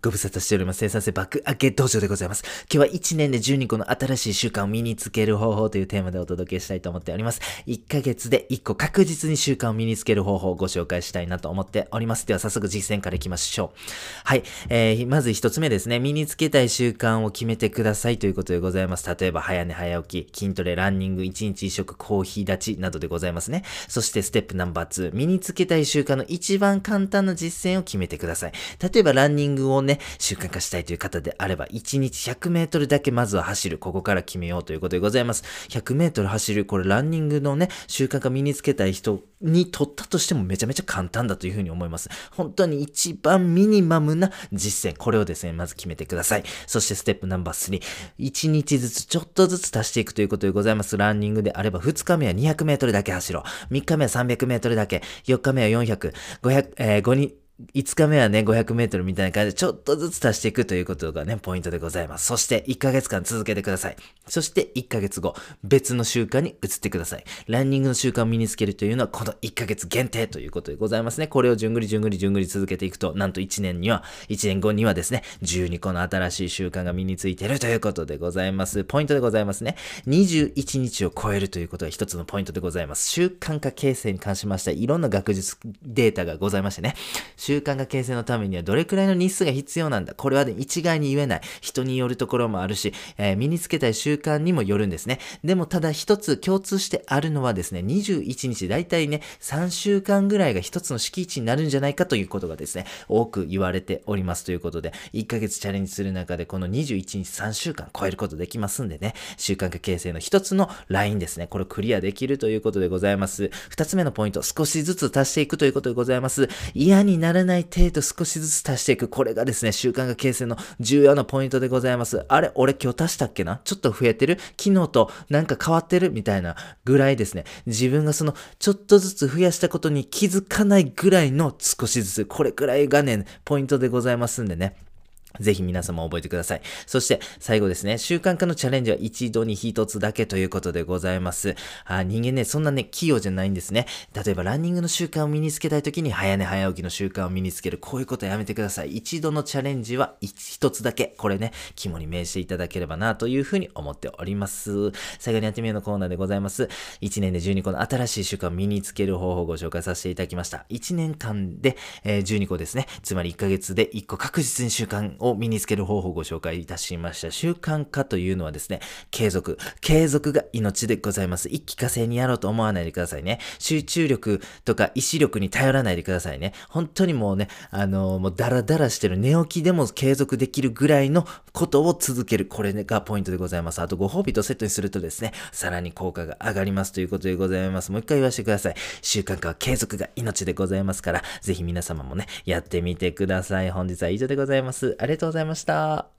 ご無沙汰しております。生産性爆上げ道場でございます。今日は1年で12個の新しい習慣を身につける方法というテーマでお届けしたいと思っております。1ヶ月で1個確実に習慣を身につける方法をご紹介したいなと思っております。では早速実践からいきましょう。はい。まず1つ目ですね。身につけたい習慣を決めてくださいということでございます。例えば早寝早起き、筋トレ、ランニング、1日1食、コーヒー立ちなどでございますね。そしてステップナンバー2、身につけたい習慣の一番簡単な実践を決めてください。例えばランニングをね、習慣化したいという方であれば、1日100メートルだけまずは走る。ここから決めようということでございます。100メートル走る。これランニングのね、習慣化身につけたい人にとったとしてもめちゃめちゃ簡単だというふうに思います。本当に一番ミニマムな実践。これをですね、まず決めてください。そしてステップナンバー3。1日ずつちょっとずつ足していくということでございます。ランニングであれば、2日目は200メートルだけ走ろう。3日目は300メートルだけ。4日目は400、5日目はね、500メートルみたいな感じでちょっとずつ足していくということがね、ポイントでございます。そして1ヶ月間続けてください。そして1ヶ月後、別の習慣に移ってください。ランニングの習慣を身につけるというのはこの1ヶ月限定ということでございますね。これをじゅんぐり続けていくと、なんと1年後にはですね、12個の新しい習慣が身についているということでございます。ポイントでございますね。21日を超えるということが一つのポイントでございます。習慣化形成に関しましていろんな学術データがございましてね、習慣化形成のためにはどれくらいの日数が必要なんだ。これはね、一概に言えない。人によるところもあるし、身につけたい習慣にもよるんですね。でもただ一つ共通してあるのはですね、21日、だいたいね、3週間ぐらいが一つの敷地になるんじゃないかということがですね、多く言われておりますということで、1ヶ月チャレンジする中でこの21日3週間超えることできますんでね、習慣化形成の一つのラインですね、これをクリアできるということでございます。2つ目のポイント、少しずつ足していくということでございます。嫌にならない程度少しずつ足していく。これがですね、習慣化形成の重要なポイントでございます。あれ俺今日足したっけな、ちょっと増えてる、昨日となんか変わってるみたいなぐらいですね、自分がそのちょっとずつ増やしたことに気づかないぐらいの少しずつ、これくらいがね、ポイントでございますんでね。ぜひ皆様覚えてください。そして最後ですね、習慣化のチャレンジは一度に一つだけということでございます。人間ね、そんなね、器用じゃないんですね。例えばランニングの習慣を身につけたいときに早寝早起きの習慣を身につける。こういうことはやめてください。一度のチャレンジは一つだけ。これね、肝に銘じていただければなというふうに思っております。最後にやってみようのコーナーでございます。1年で12個の新しい習慣を身につける方法をご紹介させていただきました。1年間で、12個ですね。つまり1ヶ月で1個確実に習慣を身につける方法をご紹介いたしました。習慣化というのはですね、継続が命でございます。一気呵成にやろうと思わないでくださいね。集中力とか意志力に頼らないでくださいね。本当にもうね、もうダラダラしてる寝起きでも継続できるぐらいのことを続ける。これがポイントでございます。あとご褒美とセットにするとですね、さらに効果が上がりますということでございます。もう一回言わせてください。習慣化は継続が命でございますから、ぜひ皆様もね、やってみてください。本日は以上でございます。ありがとうございました。